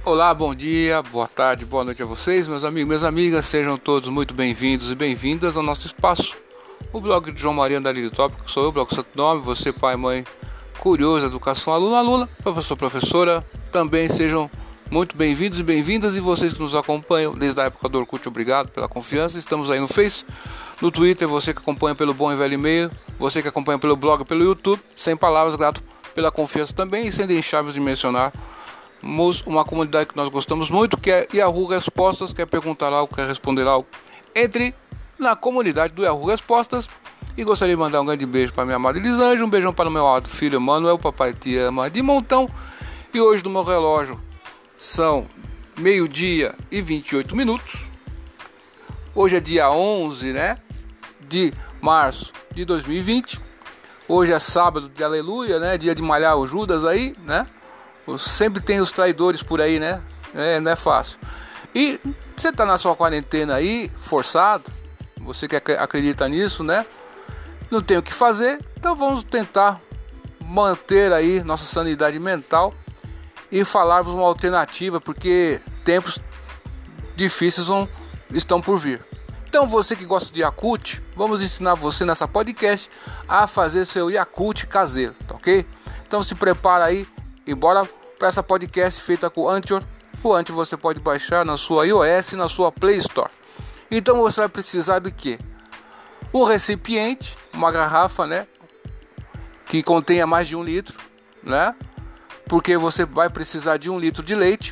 Olá, bom dia, boa tarde, boa noite a vocês, meus amigos, minhas amigas, sejam todos muito bem-vindos e bem-vindas ao nosso espaço, o blog de João Maria Andarilho Tópico, sou eu, blog Santo Nome, você, pai, mãe, curioso, educação, aluno, aluna, professor, professora, também sejam muito bem-vindos e bem-vindas, e vocês que nos acompanham desde a época do Orkut, obrigado pela confiança. Estamos aí no Face, no Twitter, você que acompanha pelo bom e velho e-mail, você que acompanha pelo blog, pelo YouTube, sem palavras, grato pela confiança também, e sem deixarmos de mencionar uma comunidade que nós gostamos muito, que é Yahoo Respostas. Quer perguntar algo, quer responder algo, entre na comunidade do Yahoo Respostas. E gostaria de mandar um grande beijo para minha amada Elisângela, um beijão para o meu amado filho Manuel, papai te ama de montão. E hoje no meu relógio são 12h e 28 minutos. Hoje é dia 11, de março de 2020. Hoje é sábado de aleluia, dia de malhar o Judas aí, Sempre tem os traidores por aí, não é fácil. E você tá na sua quarentena aí, forçado, você que acredita nisso, não tem o que fazer, então vamos tentar manter aí nossa sanidade mental e falarmos uma alternativa, porque tempos difíceis estão por vir. Então você que gosta de Yakult, vamos ensinar você nessa podcast a fazer seu Yakult caseiro, tá ok? Então se prepara aí e bora para essa podcast feita com o Anchor. O Anchor você pode baixar na sua iOS e na sua Play Store. Então você vai precisar de quê? Um recipiente, uma garrafa, que contenha mais de 1 litro, porque você vai precisar de 1 litro de leite.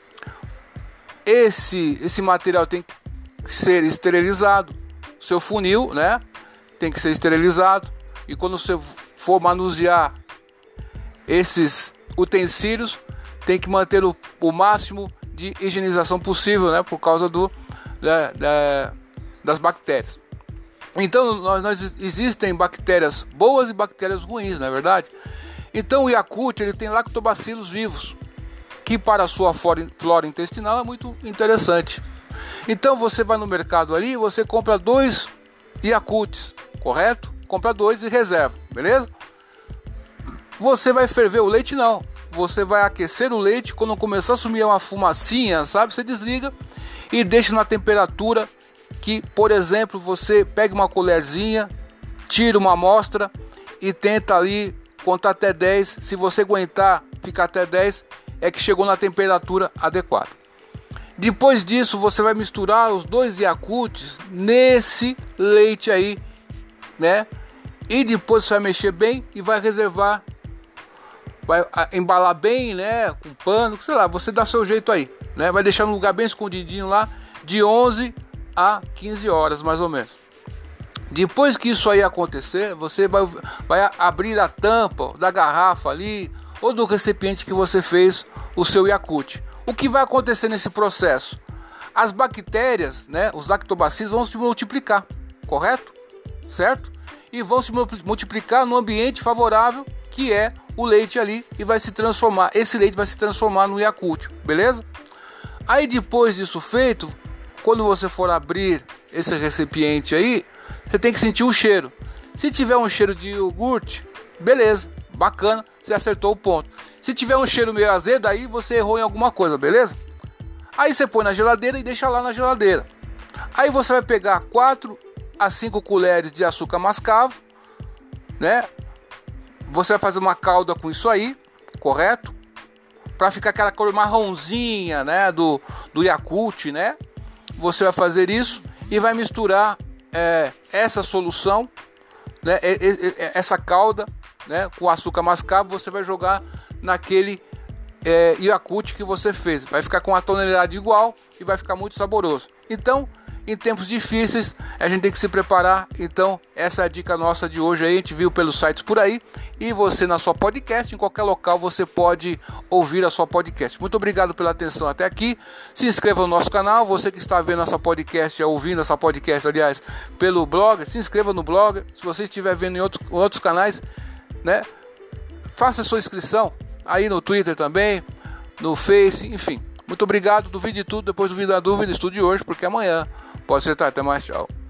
Esse material tem que ser esterilizado. Seu funil, tem que ser esterilizado. E quando você for manusear esses utensílios, tem que manter o máximo de higienização possível, por causa das bactérias. Então existem bactérias boas e bactérias ruins, não é verdade? Então o Yakult ele tem lactobacilos vivos, que para a sua flora intestinal é muito interessante. Então você vai no mercado ali, você compra 2 Yakults, correto? Compra 2 e reserva, beleza? Você vai ferver o leite? Não. Você vai aquecer o leite. Quando começar a sumir uma fumacinha, você desliga e deixa na temperatura que, por exemplo, você pega uma colherzinha, tira uma amostra e tenta ali contar até 10. Se você aguentar ficar até 10, é que chegou na temperatura adequada. Depois disso, você vai misturar os 2 Yakults nesse leite aí, E depois você vai mexer bem e vai reservar. Vai embalar bem, com pano, sei lá, você dá seu jeito aí, vai deixar num lugar bem escondidinho lá, de 11 a 15 horas mais ou menos. Depois que isso aí acontecer, você vai abrir a tampa da garrafa ali, ou do recipiente que você fez o seu Yakult. O que vai acontecer nesse processo? As bactérias, os lactobacilos vão se multiplicar, correto? Certo? E vão se multiplicar no ambiente favorável, que é o leite ali, e vai se transformar, esse leite vai se transformar no Yakult, beleza? Aí depois disso feito, quando você for abrir esse recipiente aí, você tem que sentir o cheiro. Se tiver um cheiro de iogurte, beleza, bacana, você acertou o ponto. Se tiver um cheiro meio azedo, aí você errou em alguma coisa, beleza? Aí você põe na geladeira e deixa lá na geladeira. Aí você vai pegar 4 a 5 colheres de açúcar mascavo, Você vai fazer uma calda com isso aí, correto? Para ficar aquela cor marronzinha, do Yakult, Você vai fazer isso e vai misturar essa solução, essa calda, com açúcar mascavo. Você vai jogar naquele Yakult que você fez. Vai ficar com a tonalidade igual e vai ficar muito saboroso. Então, em tempos difíceis, a gente tem que se preparar. Então, essa é a dica nossa de hoje aí. A gente viu pelos sites por aí. E você na sua podcast, em qualquer local, você pode ouvir a sua podcast. Muito obrigado pela atenção até aqui. Se inscreva no nosso canal. Você que está vendo essa podcast, ouvindo essa podcast, aliás, pelo blog, se inscreva no blog. Se você estiver vendo em outros canais, faça a sua inscrição. Aí no Twitter também, no Face, enfim. Muito obrigado. Duvide de tudo. Depois duvide da dúvida, estude hoje, porque amanhã pode ser tarde. Até mais, tchau.